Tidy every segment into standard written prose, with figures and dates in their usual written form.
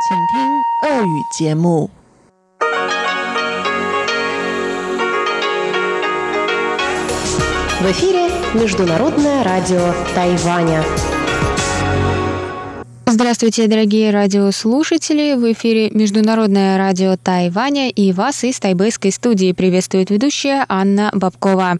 请听俄语节目。 В эфире Международное радио Тайваня. Здравствуйте, дорогие радиослушатели! В эфире Международное радио Тайваня, и вас из тайбэйской студии приветствует ведущая Анна Бабкова.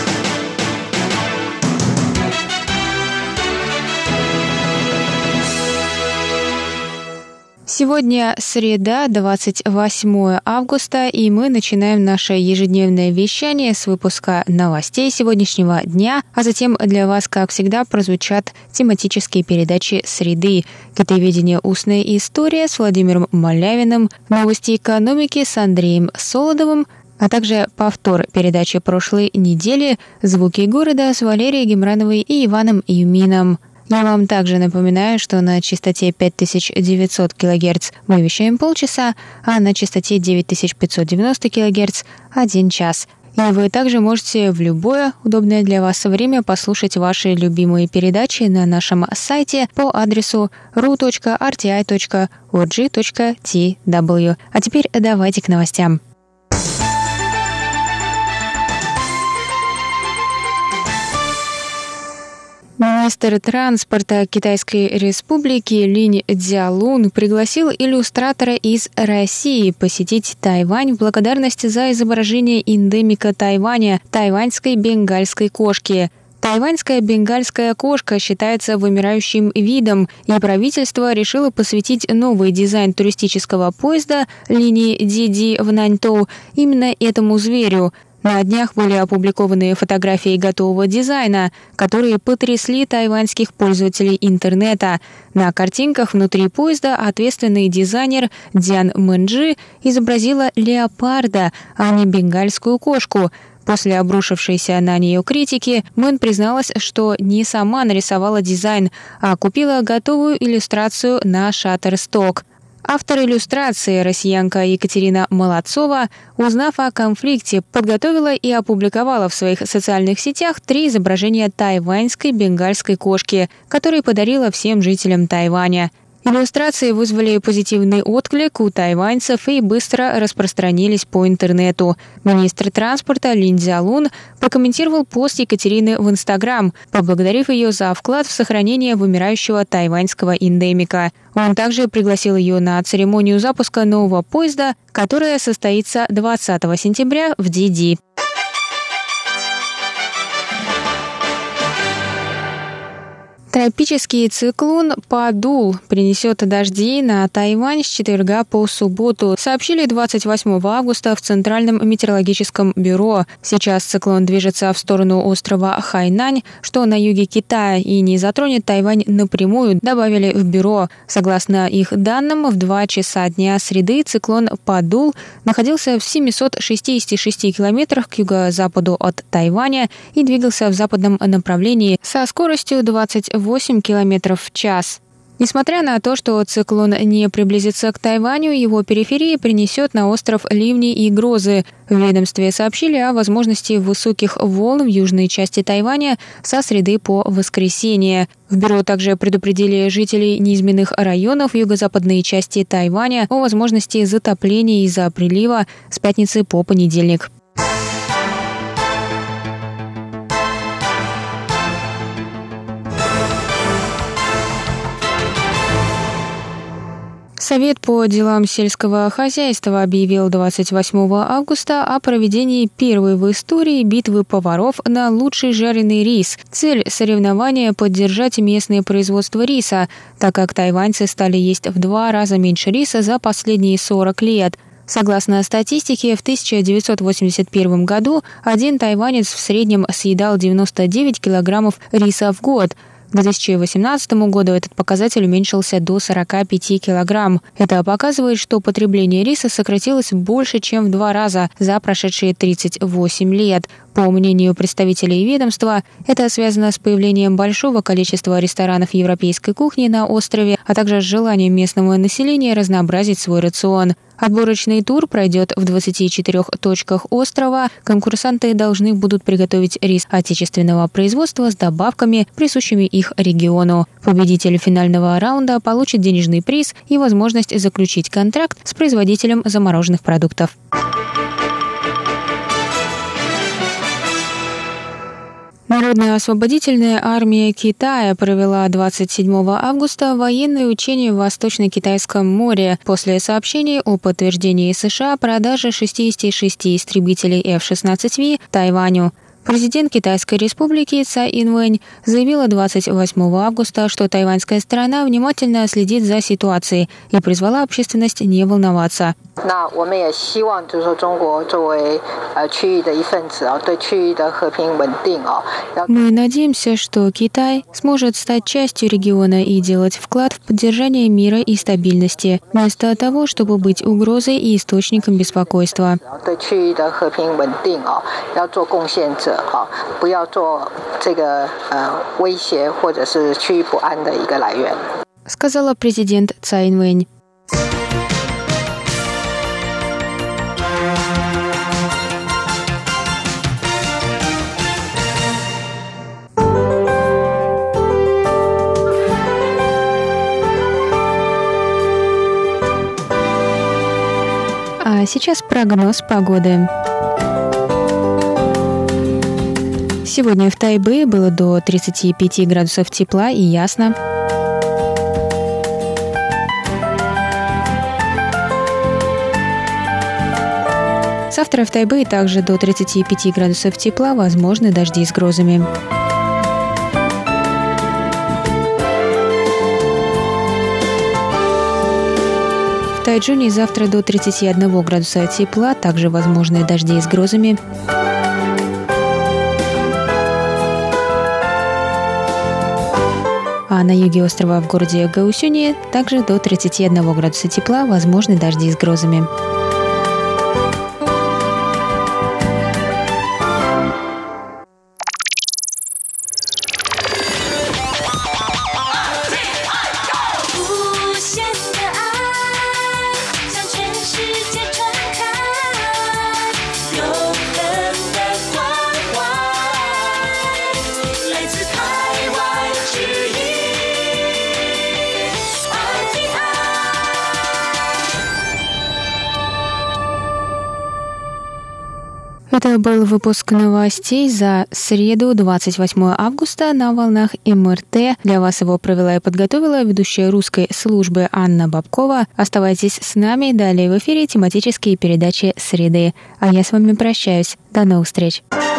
Сегодня среда, 28 августа, и мы начинаем наше ежедневное вещание с выпуска новостей сегодняшнего дня, а затем для вас, как всегда, прозвучат тематические передачи «Среды», «Китаеведение. Устная история» с Владимиром Малявиным, «Новости экономики» с Андреем Солодовым, а также повтор передачи прошлой недели «Звуки города» с Валерией Гемрановой и Иваном Юмином. Я вам также напоминаю, что на частоте 5900 кГц мы вещаем полчаса, а на частоте 9590 кГц – 1 час. И вы также можете в любое удобное для вас время послушать ваши любимые передачи на нашем сайте по адресу ru.rti.org.tw. А теперь давайте к новостям. Министр транспорта Китайской Республики Линь Цзялун пригласил иллюстратора из России посетить Тайвань в благодарность за изображение эндемика Тайваня – тайваньской бенгальской кошки. Тайваньская бенгальская кошка считается вымирающим видом, и правительство решило посвятить новый дизайн туристического поезда линии Диди в Наньтоу именно этому зверю. На днях были опубликованы фотографии готового дизайна, которые потрясли тайваньских пользователей интернета. На картинках внутри поезда ответственный дизайнер Дзян Мэнджи изобразила леопарда, а не бенгальскую кошку. После обрушившейся на нее критики, Мэн призналась, что не сама нарисовала дизайн, а купила готовую иллюстрацию на Shutterstock. Автор иллюстрации, россиянка Екатерина Молодцова, узнав о конфликте, подготовила и опубликовала в своих социальных сетях 3 изображения тайваньской бенгальской кошки, которые подарила всем жителям Тайваня. Иллюстрации вызвали позитивный отклик у тайваньцев и быстро распространились по интернету. Министр транспорта Линь Цзялун прокомментировал пост Екатерины в Инстаграм, поблагодарив ее за вклад в сохранение вымирающего тайваньского эндемика. Он также пригласил ее на церемонию запуска нового поезда, которая состоится 20 сентября в Диди. Тропический циклон Падул принесет дожди на Тайвань с четверга по субботу, сообщили 28 августа в Центральном метеорологическом бюро. Сейчас циклон движется в сторону острова Хайнань, что на юге Китая, и не затронет Тайвань напрямую, добавили в бюро. Согласно их данным, в 2 часа дня среды циклон Падул находился в 766 километрах к юго-западу от Тайваня и двигался в западном направлении со скоростью 28 км в час. Несмотря на то, что циклон не приблизится к Тайваню, его периферия принесет на остров ливни и грозы. В ведомстве сообщили о возможности высоких волн в южной части Тайваня со среды по воскресенье. В бюро также предупредили жителей низменных районов юго-западной части Тайваня о возможности затопления из-за прилива с пятницы по понедельник. Совет по делам сельского хозяйства объявил 28 августа о проведении первой в истории битвы поваров на лучший жареный рис. Цель соревнования – поддержать местное производство риса, так как тайваньцы стали есть в 2 раза меньше риса за последние 40 лет. Согласно статистике, в 1981 году один тайванец в среднем съедал 99 килограммов риса в год. К 2018 году этот показатель уменьшился до 45 килограмм. Это показывает, что потребление риса сократилось больше, чем в 2 раза за прошедшие 38 лет. По мнению представителей ведомства, это связано с появлением большого количества ресторанов европейской кухни на острове, а также с желанием местного населения разнообразить свой рацион. Отборочный тур пройдет в 24 точках острова. Конкурсанты должны будут приготовить рис отечественного производства с добавками, присущими их региону. Победитель финального раунда получит денежный приз и возможность заключить контракт с производителем замороженных продуктов. Народная освободительная армия Китая провела 27 августа военные учения в Восточно-Китайском море после сообщений о подтверждении США продажи 66 истребителей F-16V Тайваню. Президент Китайской республики Цай Инвэнь заявила 28 августа, что тайваньская сторона внимательно следит за ситуацией и призвала общественность не волноваться. Мы надеемся, что Китай сможет стать частью региона и делать вклад в поддержание мира и стабильности, вместо того, чтобы быть угрозой и источником беспокойства. Сказала президент Цай Инвэнь. А сейчас прогноз погоды. Сегодня в Тайбэе было до 35 градусов тепла и ясно. Завтра в Тайбэе также до 35 градусов тепла, возможны дожди с грозами. В Тайчжуне завтра до 31 градуса тепла, также возможны дожди с грозами. А на юге острова в городе Гаосюне также до 31 градуса тепла, возможны дожди с грозами. Это был выпуск новостей за среду, 28 августа на волнах МРТ. Для вас его провела и подготовила ведущая русской службы Анна Бабкова. Оставайтесь с нами. Далее в эфире тематические передачи «Среды». А я с вами прощаюсь. До новых встреч.